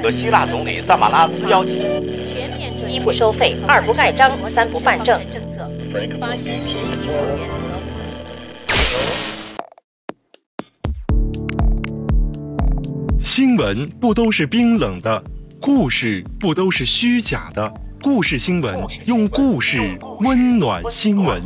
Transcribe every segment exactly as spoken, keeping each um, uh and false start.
和希腊总理萨马拉斯邀请。 一不收费，二不盖章，三不办证。 新闻不都是冰冷的，故事不都是虚假的。故事新闻用故事温暖新闻。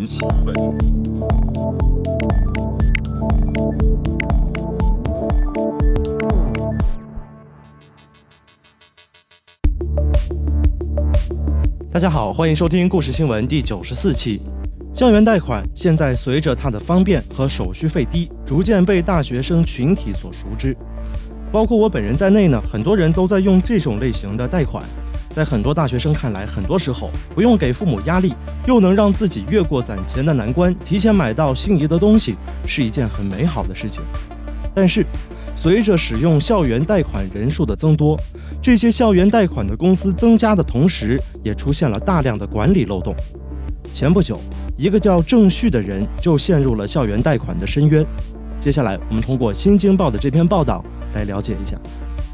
大家好，欢迎收听故事新闻第九十四期。校园贷款现在随着它的方便和手续费低，逐渐被大学生群体所熟知。包括我本人在内呢，很多人都在用这种类型的贷款。在很多大学生看来，很多时候不用给父母压力，又能让自己越过攒钱的难关，提前买到心仪的东西，是一件很美好的事情。但是随着使用校园贷款人数的增多，这些校园贷款的公司增加的同时，也出现了大量的管理漏洞。前不久，一个叫郑旭的人就陷入了校园贷款的深渊。接下来我们通过新京报的这篇报道来了解一下。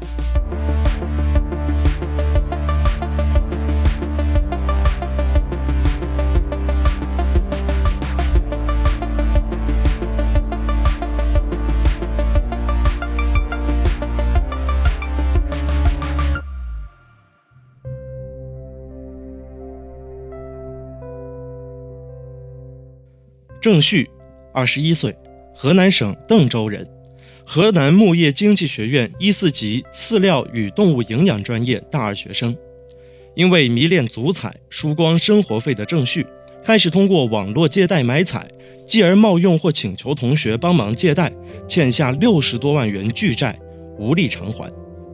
郑旭，二十一岁，河南省邓州人，河南牧业经济学院一四级饲料与动物营养专业大二学生。因为迷恋足彩，输光生活费的郑旭，开始通过网络借贷买彩，继而冒用或请求同学帮忙借贷，欠下六十多万元巨债，无力偿还。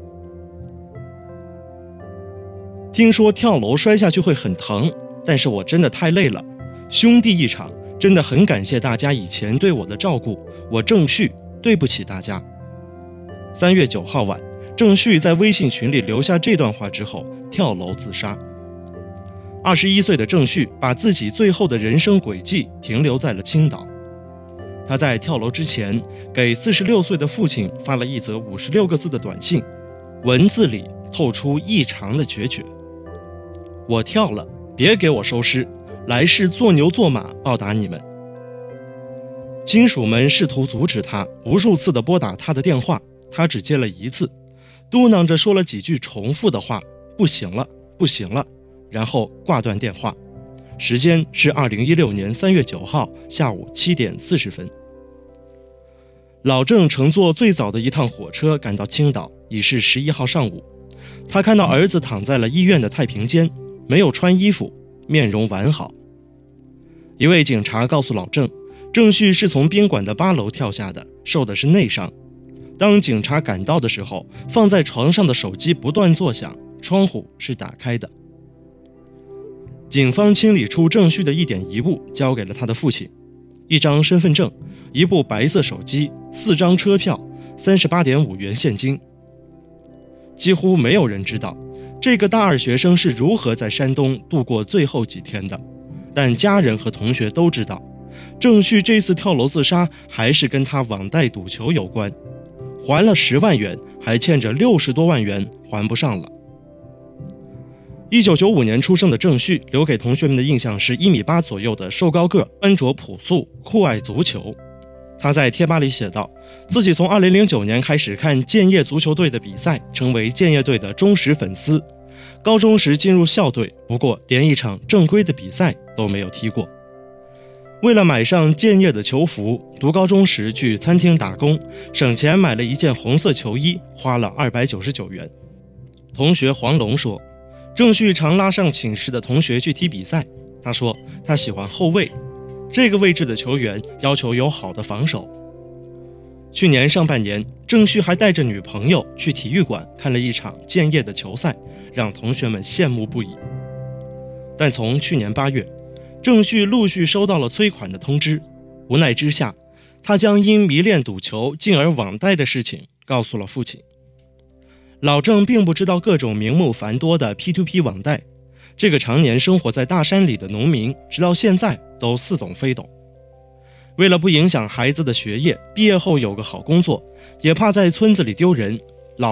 听说跳楼摔下去会很疼，但是我真的太累了，兄弟一场，真的很感谢大家以前对我的照顾，我郑旭对不起大家。三月九号晚，郑旭在微信群里留下这段话之后，跳楼自杀。二十一岁的郑旭把自己最后的人生轨迹停留在了青岛。他在跳楼之前，给四十六岁的父亲发了一则五十六个字的短信，文字里透出异常的决绝。我跳了，别给我收尸，来世做牛做马报答你们。亲属们试图阻止他，无数次地拨打他的电话，他只接了一次，嘟囔着说了几句重复的话，不行了，不行了，然后挂断电话。时间是二零一六年三月九号下午七点四十分。老郑乘坐最早的一趟火车赶到青岛，已是十一号上午。他看到儿子躺在了医院的太平间，没有穿衣服，面容完好。一位警察告诉老郑，郑旭是从宾馆的八楼跳下的，受的是内伤。当警察赶到的时候，放在床上的手机不断作响，窗户是打开的。警方清理出郑旭的一点遗物，交给了他的父亲：一张身份证，一部白色手机，四张车票，三十八点五元现金。几乎没有人知道这个大二学生是如何在山东度过最后几天的，但家人和同学都知道，郑旭这次跳楼自杀还是跟他网贷赌球有关，还了十万元，还欠着六十多万元还不上了。一九九五年出生的郑旭留给同学们的印象是一米八左右的瘦高个，穿着朴素，酷爱足球。他在贴吧里写道，自己从二零零九年开始看建业足球队的比赛，成为建业队的忠实粉丝。高中时进入校队，不过连一场正规的比赛都没有踢过。为了买上建业的球服，读高中时去餐厅打工，省钱买了一件红色球衣，花了二百九十九元。同学黄龙说，郑旭常拉上寝室的同学去踢比赛，他说他喜欢后卫，这个位置的球员要求有好的防守。去年上半年，郑旭还带着女朋友去体育馆看了一场建业的球赛，让同学们羡慕不已。但从去年八月，郑旭陆续收到了催款的通知，无奈之下，他将因迷恋赌球进而网贷的事情告诉了父亲。老郑并不知道各种名目繁多的 P to P 网贷，这个常年生活在大山里的农民直到现在都似懂非懂。为了不影响孩子的学业，毕业后有个好工作，也怕在村子里丢人，老郑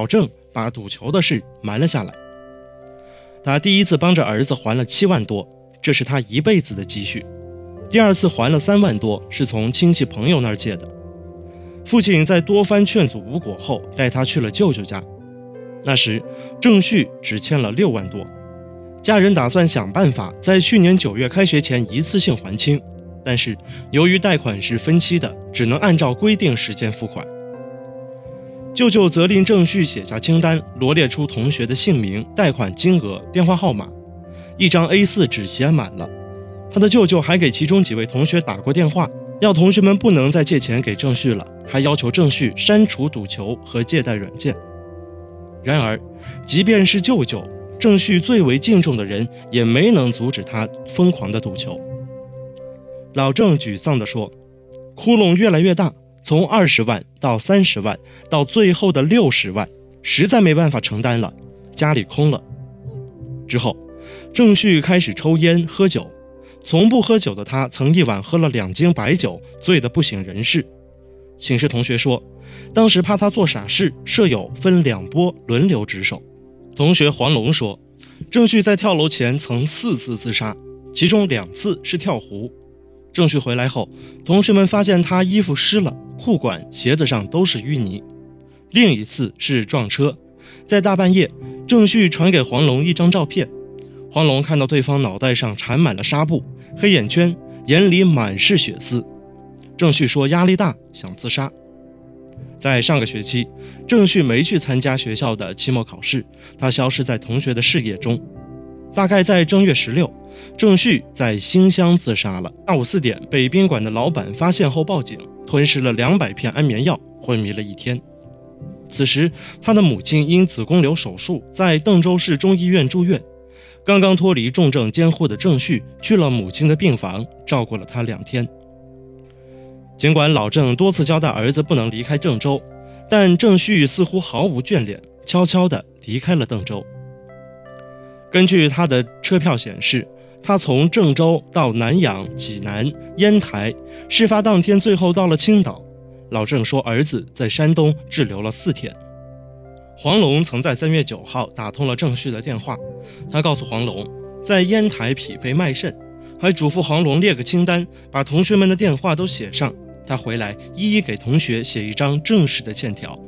把赌球的事瞒了下来。他第一次帮着儿子还了七万多，这是他一辈子的积蓄。第二次还了三万多，是从亲戚朋友那儿借的。父亲在多番劝阻无果后，带他去了舅舅家。那时郑旭只欠了六万多，家人打算想办法在去年九月开学前一次性还清，但是由于贷款是分期的，只能按照规定时间付款。舅舅责令郑旭写下清单，罗列出同学的姓名、贷款金额、电话号码，一张 A 四 纸写满了。他的舅舅还给其中几位同学打过电话，要同学们不能再借钱给郑旭了，还要求郑旭删除赌球和借贷软件。然而，即便是舅舅，郑旭最为敬重的人，也没能阻止他疯狂的赌球。老郑沮丧地说：“窟窿越来越大，从二十万到三十万，到最后的六十万，实在没办法承担了，家里空了。”之后，郑旭开始抽烟喝酒。从不喝酒的他，曾一晚喝了两斤白酒，醉得不省人事。寝室同学说，当时怕他做傻事，舍友分两波轮流值守。同学黄龙说，郑旭在跳楼前曾四次自杀，其中两次是跳湖。郑旭回来后，同学们发现他衣服湿了，裤管、鞋子上都是淤泥。另一次是撞车，在大半夜，郑旭传给黄龙一张照片。黄龙看到对方脑袋上缠满了纱布，黑眼圈，眼里满是血丝。郑旭说压力大，想自杀。在上个学期，郑旭没去参加学校的期末考试，他消失在同学的视野中。大概在正月十六，郑旭在新乡自杀了。下午四点，被宾馆的老板发现后报警，吞食了两百片安眠药，昏迷了一天。此时，他的母亲因子宫瘤手术，在邓州市中医院住院。刚刚脱离重症监护的郑旭去了母亲的病房，照顾了她两天。尽管老郑多次交代儿子不能离开郑州，但郑旭似乎毫无眷恋，悄悄地离开了邓州。根据他的车票显示，他从郑州到南阳、济南、烟台，事发当天最后到了青岛。老郑说儿子在山东滞留了四天。黄龙曾在三月九号打通了郑旭的电话，他告诉黄龙在烟台匹配卖肾，还嘱咐黄龙列个清单，把同学们的电话都写上，他回来一一给同学写一张正式的欠条。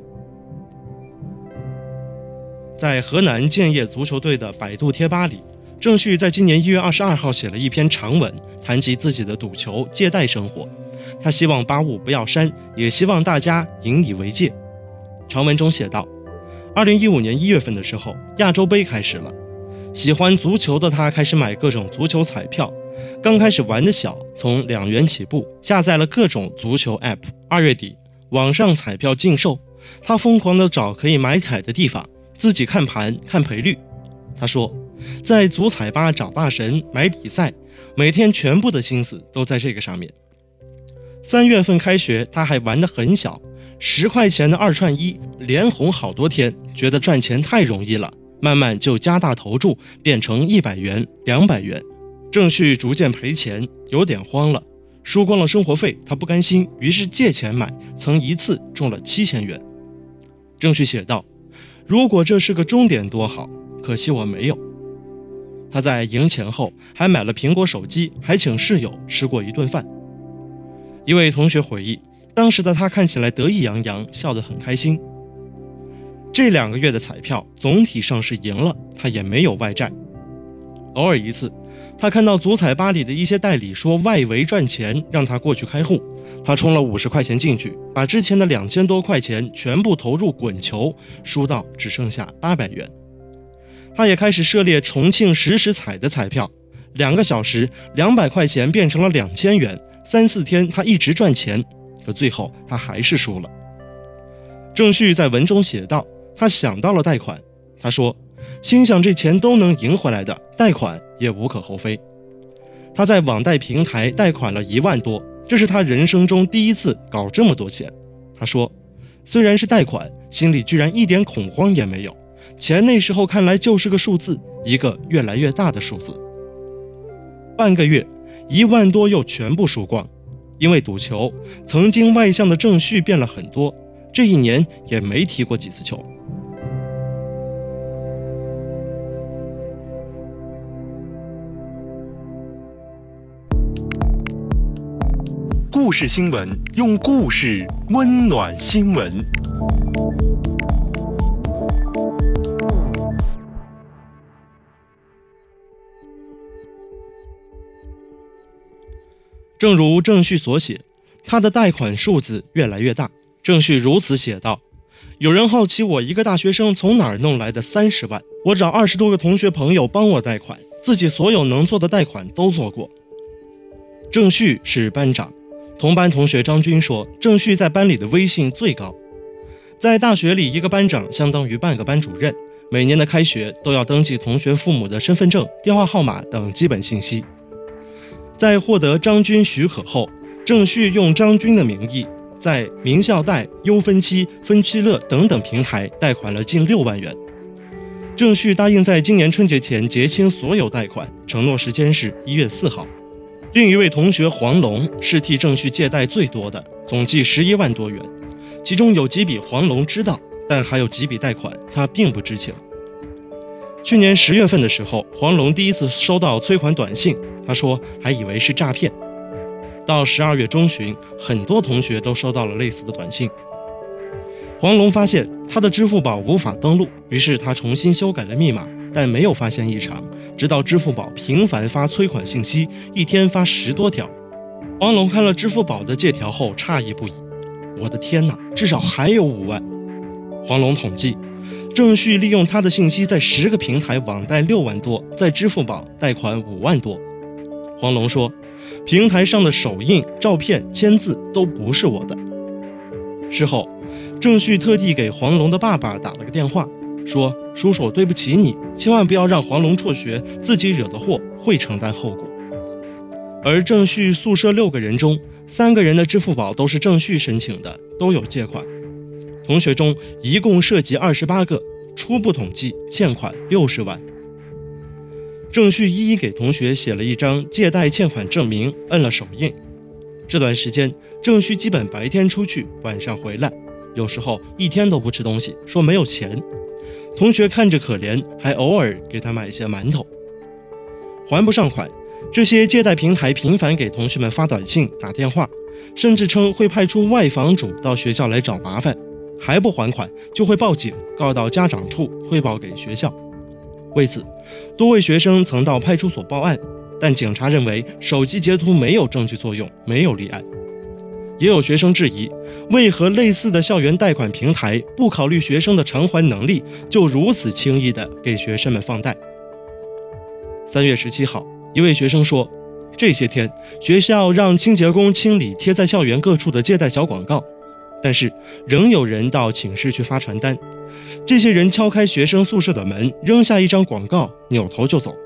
在河南建业足球队的百度贴吧里，郑旭在今年一月二十二号写了一篇长文，谈及自己的赌球借贷生活。他希望八五不要删，也希望大家引以为戒。长文中写道，二零一五年一月份的时候，亚洲杯开始了。喜欢足球的他开始买各种足球彩票，刚开始玩的小，从两元起步，下载了各种足球 app。二月底，网上彩票禁售，他疯狂地找可以买彩的地方，自己看盘看赔率。他说，在足彩吧找大神买比赛，每天全部的心思都在这个上面。三月份开学，他还玩得很小，十块钱的二串一连红好多天，觉得赚钱太容易了，慢慢就加大投注，变成一百元、两百元。郑旭逐渐赔钱，有点慌了，输光了生活费，他不甘心，于是借钱买，曾一次中了七千元。郑旭写道，如果这是个终点多好，可惜我没有。他在赢钱后还买了苹果手机，还请室友吃过一顿饭。一位同学回忆，当时的他看起来得意洋洋，笑得很开心。这两个月的彩票总体上是赢了，他也没有外债。偶尔一次，他看到足彩吧里的一些代理说外围赚钱，让他过去开户。他充了五十块钱进去，把之前的两千多块钱全部投入滚球，输到只剩下八百元。他也开始涉猎重庆实时彩的彩票，两个小时两百块钱变成了两千元，三四天他一直赚钱，可最后他还是输了。郑旭在文中写道，他想到了贷款，他说心想这钱都能赢回来的，贷款也无可厚非。他在网贷平台贷款了一万多，这是他人生中第一次搞这么多钱。他说虽然是贷款，心里居然一点恐慌也没有，钱那时候看来就是个数字，一个越来越大的数字。半个月，一万多又全部输光。因为赌球，曾经外向的郑旭变了很多，这一年也没踢过几次球。 事新闻，用故事温暖新闻。 正如郑旭所写，他的贷款数字越来越大。郑旭如此写道：有人好奇我一个大学生从哪儿弄来的三十万，我找二十多个同学朋友帮我贷款，自己所有能做的贷款都做过。郑旭是班长，同班同学张军说，郑旭在班里的威信最高。在大学里，一个班长相当于半个班主任，每年的开学都要登记同学父母的身份证、电话号码等基本信息。在获得张军许可后，郑旭用张军的名义在名校贷、优分期、分期乐等等平台贷款了近六万元。郑旭答应在今年春节前结清所有贷款，承诺时间是一月四号。另一位同学黄龙是替郑旭借贷最多的，总计十一万多元，其中有几笔黄龙知道，但还有几笔贷款他并不知情。去年十月份的时候，黄龙第一次收到催款短信，他说还以为是诈骗。到十二月中旬，很多同学都收到了类似的短信。黄龙发现他的支付宝无法登录，于是他重新修改了密码，但没有发现异常，直到支付宝频繁发催款信息，一天发十多条。黄龙看了支付宝的借条后诧异不已，我的天哪，至少还有五万。黄龙统计，郑旭利用他的信息在十个平台网贷六万多，在支付宝贷款五万多。黄龙说，平台上的手印、照片、签字都不是我的。事后，郑旭特地给黄龙的爸爸打了个电话，说：“叔叔，对不起你，千万不要让黄龙辍学，自己惹的祸会承担后果。”而郑旭宿舍六个人中，三个人的支付宝都是郑旭申请的，都有借款。同学中一共涉及二十八个，初步统计欠款六十万。郑旭一一给同学写了一张借贷欠款证明，摁了手印。这段时间，郑旭基本白天出去，晚上回来，有时候一天都不吃东西，说没有钱。同学看着可怜，还偶尔给他买些馒头。还不上款，这些借贷平台频繁给同学们发短信、打电话，甚至称会派出外房主到学校来找麻烦，还不还款就会报警，告到家长处汇报给学校。为此，多位学生曾到派出所报案，但警察认为手机截图没有证据作用，没有立案。也有学生质疑，为何类似的校园贷款平台不考虑学生的偿还能力，就如此轻易地给学生们放贷。三月十七号，一位学生说，这些天学校让清洁工清理贴在校园各处的借贷小广告，但是仍有人到寝室去发传单。这些人敲开学生宿舍的门，扔下一张广告，扭头就走。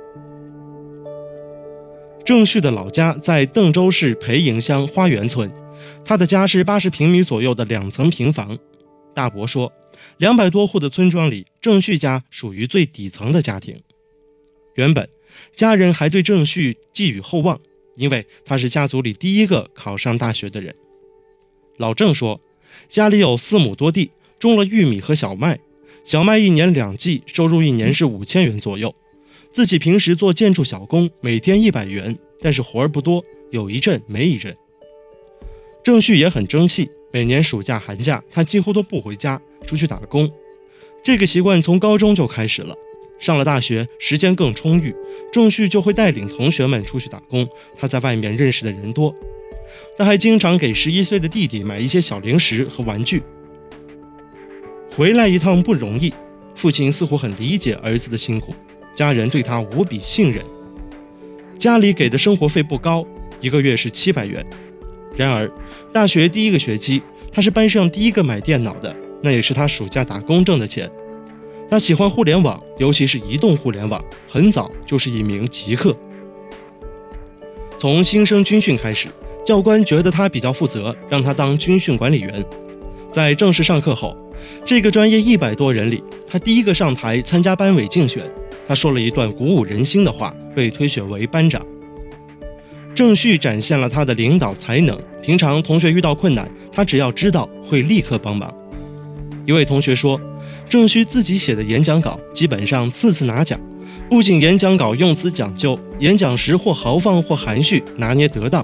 郑旭的老家在邓州市培营乡花园村，他的家是八十平米左右的两层平房。大伯说，两百多户的村庄里，郑旭家属于最底层的家庭。原本家人还对郑旭寄予厚望，因为他是家族里第一个考上大学的人。老郑说，家里有四亩多地，种了玉米和小麦，小麦一年两季，收入一年是五千元左右。自己平时做建筑小工，每天一百元，但是活儿不多，有一阵没一阵。郑旭也很争气，每年暑假寒假他几乎都不回家，出去打工。这个习惯从高中就开始了。上了大学，时间更充裕，郑旭就会带领同学们出去打工，他在外面认识的人多。他还经常给十一岁的弟弟买一些小零食和玩具。回来一趟不容易，父亲似乎很理解儿子的辛苦，家人对他无比信任。家里给的生活费不高，一个月是七百元。然而大学第一个学期，他是班上第一个买电脑的，那也是他暑假打工挣的钱。他喜欢互联网，尤其是移动互联网，很早就是一名极客。从新生军训开始，教官觉得他比较负责，让他当军训管理员。在正式上课后，这个专业一百多人里，他第一个上台参加班委竞选。他说了一段鼓舞人心的话，被推选为班长。郑旭展现了他的领导才能，平常同学遇到困难，他只要知道会立刻帮忙。一位同学说，郑旭自己写的演讲稿基本上次次拿奖，不仅演讲稿用词讲究，演讲时或豪放或含蓄，拿捏得当，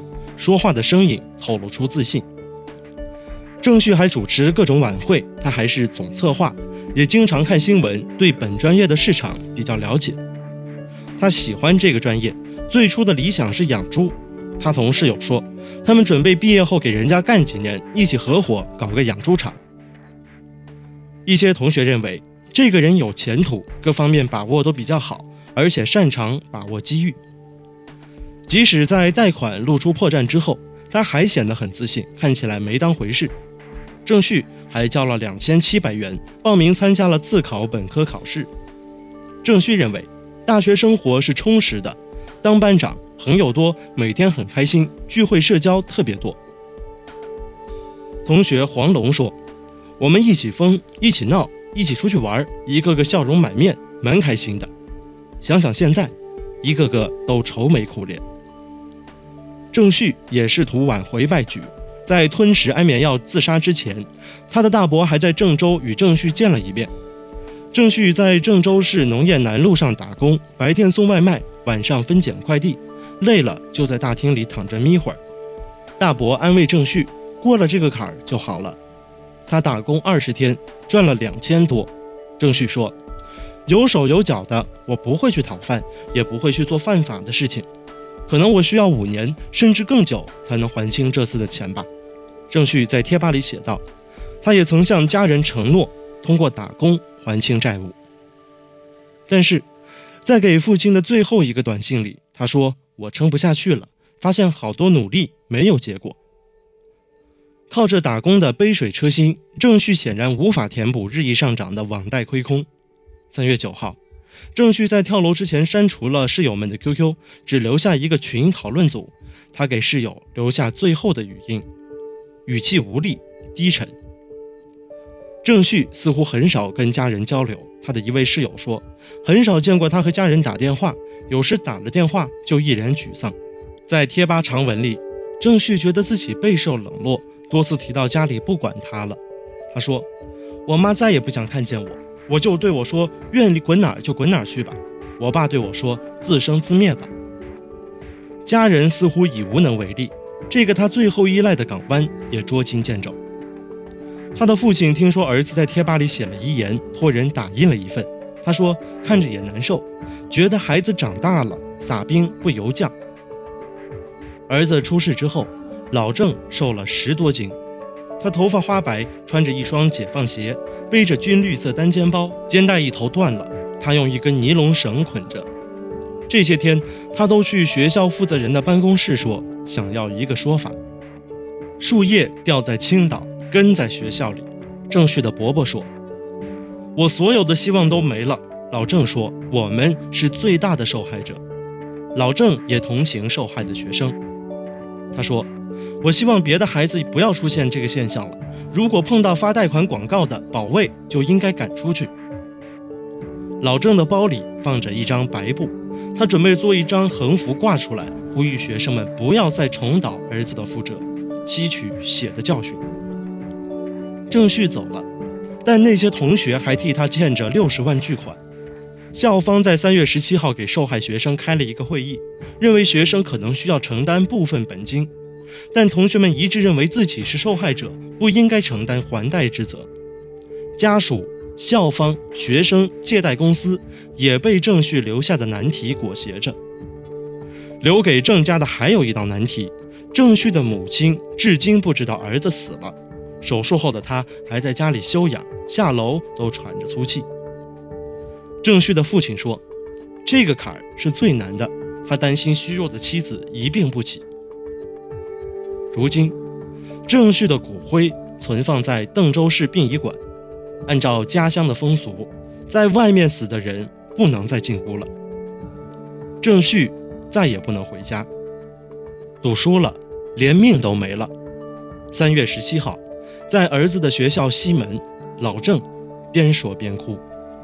说话的声音透露出自信。郑旭还主持各种晚会，他还是总策划，也经常看新闻，对本专业的市场比较了解。他喜欢这个专业，最初的理想是养猪。他同室友说，他们准备毕业后给人家干几年，一起合伙搞个养猪场。一些同学认为这个人有前途，各方面把握都比较好，而且擅长把握机遇。即使在贷款露出破绽之后，他还显得很自信，看起来没当回事。郑旭还交了两千七百元报名参加了自考本科考试。郑旭认为大学生活是充实的，当班长朋友多，每天很开心，聚会社交特别多。同学黄龙说，我们一起疯，一起闹，一起出去玩，一个个笑容满面，蛮开心的。想想现在，一个个都愁眉苦脸。郑旭也试图挽回败局，在吞食安眠药自杀之前，他的大伯还在郑州与郑旭见了一面。郑旭在郑州市农业南路上打工，白天送外卖，晚上分拣快递，累了就在大厅里躺着眯会儿。大伯安慰郑旭，过了这个坎儿就好了。他打工二十天，赚了两千多。郑旭说，有手有脚的，我不会去讨饭，也不会去做犯法的事情，可能我需要五年甚至更久才能还清这次的钱吧。郑旭在贴吧里写道，他也曾向家人承诺通过打工还清债务。但是在给父亲的最后一个短信里，他说，我撑不下去了，发现好多努力没有结果。靠着打工的杯水车薪，郑旭显然无法填补日益上涨的网贷亏空。三月九号，郑旭在跳楼之前删除了室友们的 Q Q， 只留下一个群讨论组。他给室友留下最后的语音，语气无力低沉。郑旭似乎很少跟家人交流，他的一位室友说，很少见过他和家人打电话，有时打了电话就一脸沮丧。在贴吧长文里，郑旭觉得自己备受冷落，多次提到家里不管他了。他说，我妈再也不想看见我，我就对我说，愿意滚哪儿就滚哪儿去吧。我爸对我说，自生自灭吧。家人似乎已无能为力，这个他最后依赖的港湾也捉襟见肘。他的父亲听说儿子在贴吧里写了遗言，托人打印了一份。他说，看着也难受，觉得孩子长大了，撒兵不由将。儿子出事之后，老郑瘦了十多斤，他头发花白，穿着一双解放鞋，背着军绿色单肩包，肩带一头断了，他用一根尼龙绳捆着。这些天他都去学校负责人的办公室说，想要一个说法。树叶掉在青岛，根在学校里。郑旭的伯伯说，我所有的希望都没了。老郑说，我们是最大的受害者。老郑也同情受害的学生。他说，我希望别的孩子不要出现这个现象了，如果碰到发贷款广告的，保卫就应该赶出去。老郑的包里放着一张白布，他准备做一张横幅挂出来，呼吁学生们不要再重蹈儿子的覆辙，吸取血的教训。郑旭走了，但那些同学还替他欠着六十万巨款。校方在三月十七号给受害学生开了一个会议，认为学生可能需要承担部分本金，但同学们一致认为自己是受害者，不应该承担还贷之责。家属、校方、学生、借贷公司也被郑旭留下的难题裹挟着。留给郑家的还有一道难题，郑旭的母亲至今不知道儿子死了，手术后的他还在家里休养，下楼都喘着粗气。郑旭的父亲说，这个坎儿是最难的，他担心虚弱的妻子一病不起。如今郑旭的骨灰存放在邓州市殡仪馆，按照家乡的风俗，在外面死的人不能再进屋了。郑旭再也不能回家，赌输了，连命都没了。三月十七号，在儿子的学校西门，老郑边说边哭。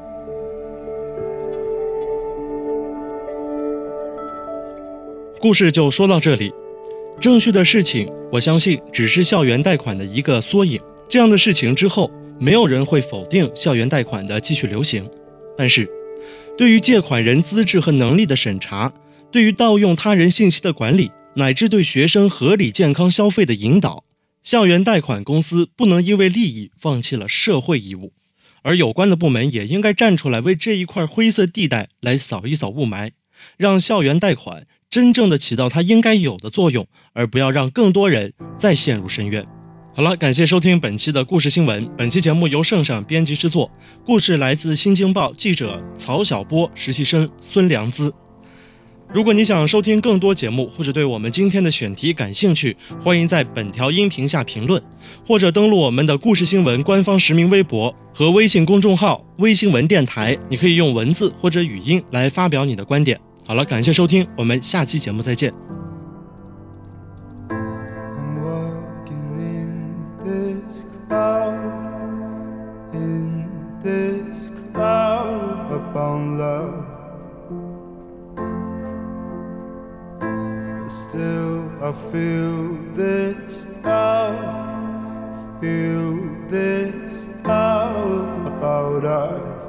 故事就说到这里。郑旭的事情，我相信只是校园贷款的一个缩影。这样的事情之后，没有人会否定校园贷款的继续流行。但是，对于借款人资质和能力的审查，对于盗用他人信息的管理， 乃至对学生合理健康消费的引导，校园贷款公司不能因为利益放弃了社会义务，而有关的部门也应该站出来为这一块灰色地带来扫一扫雾霾，让校园贷款真正的起到它应该有的作用，而不要让更多人再陷入深渊。好了，感谢收听本期的故事新闻。本期节目由圣上编辑制作，故事来自新京报记者曹晓波，实习生孙良姿。如果你想收听更多节目，或者对我们今天的选题感兴趣，欢迎在本条音频下评论，或者登录我们的故事新闻官方实名微博和微信公众号微新闻电台，你可以用文字或者语音来发表你的观点。好了，感谢收听，我们下期节目再见。 Still I feel this doubt, feel this doubt about us.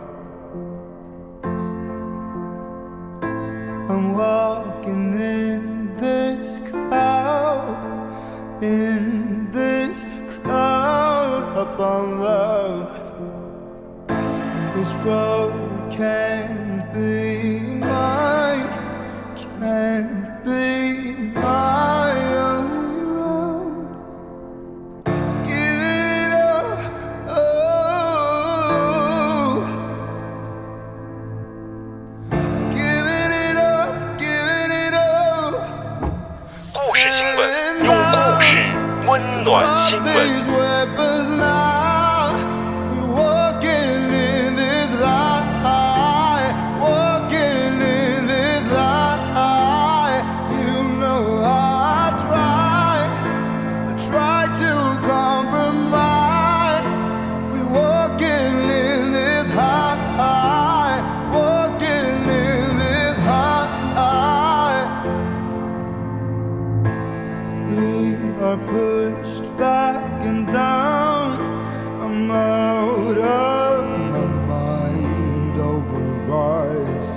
I'm walking in this cloud, in this cloud upon love. This road can't be mine, can't be my only road. Give it up, oh, giving it up, giving it up. 故事新闻，用故事温暖新闻。 Pushed back and down, I'm out of my mind overrise.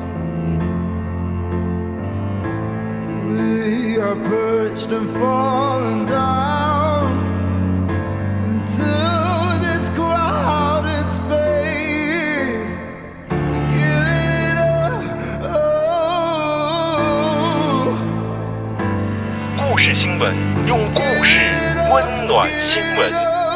We are pushed and falling down into this crowded space. Give it up, oh. 故事新闻，用故事温暖新闻。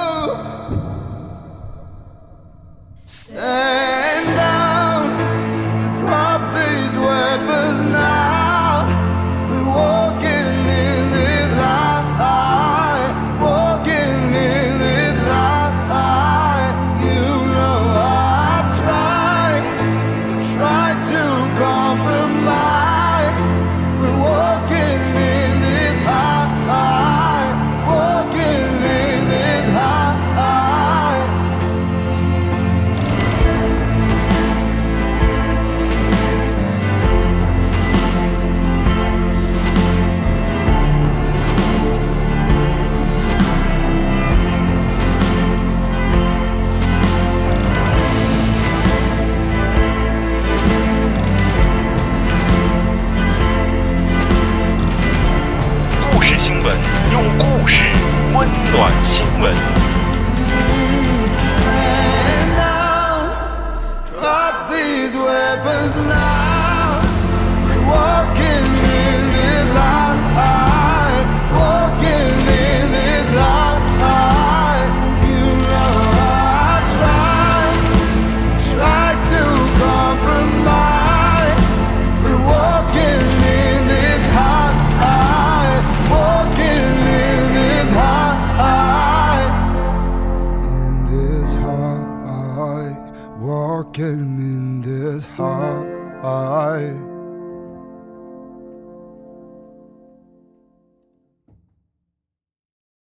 Stand down, drop these weapons now. We're walking in this light, walking in this light. You know I've tried, tried to compromise. We're walking in this light, walking in this light. Stand down, drop these weapons now. We're walking in this light, walking in this light. You know I tried, tried to compromise. We're walking in this light, walking in this light, in this light, walking in this light.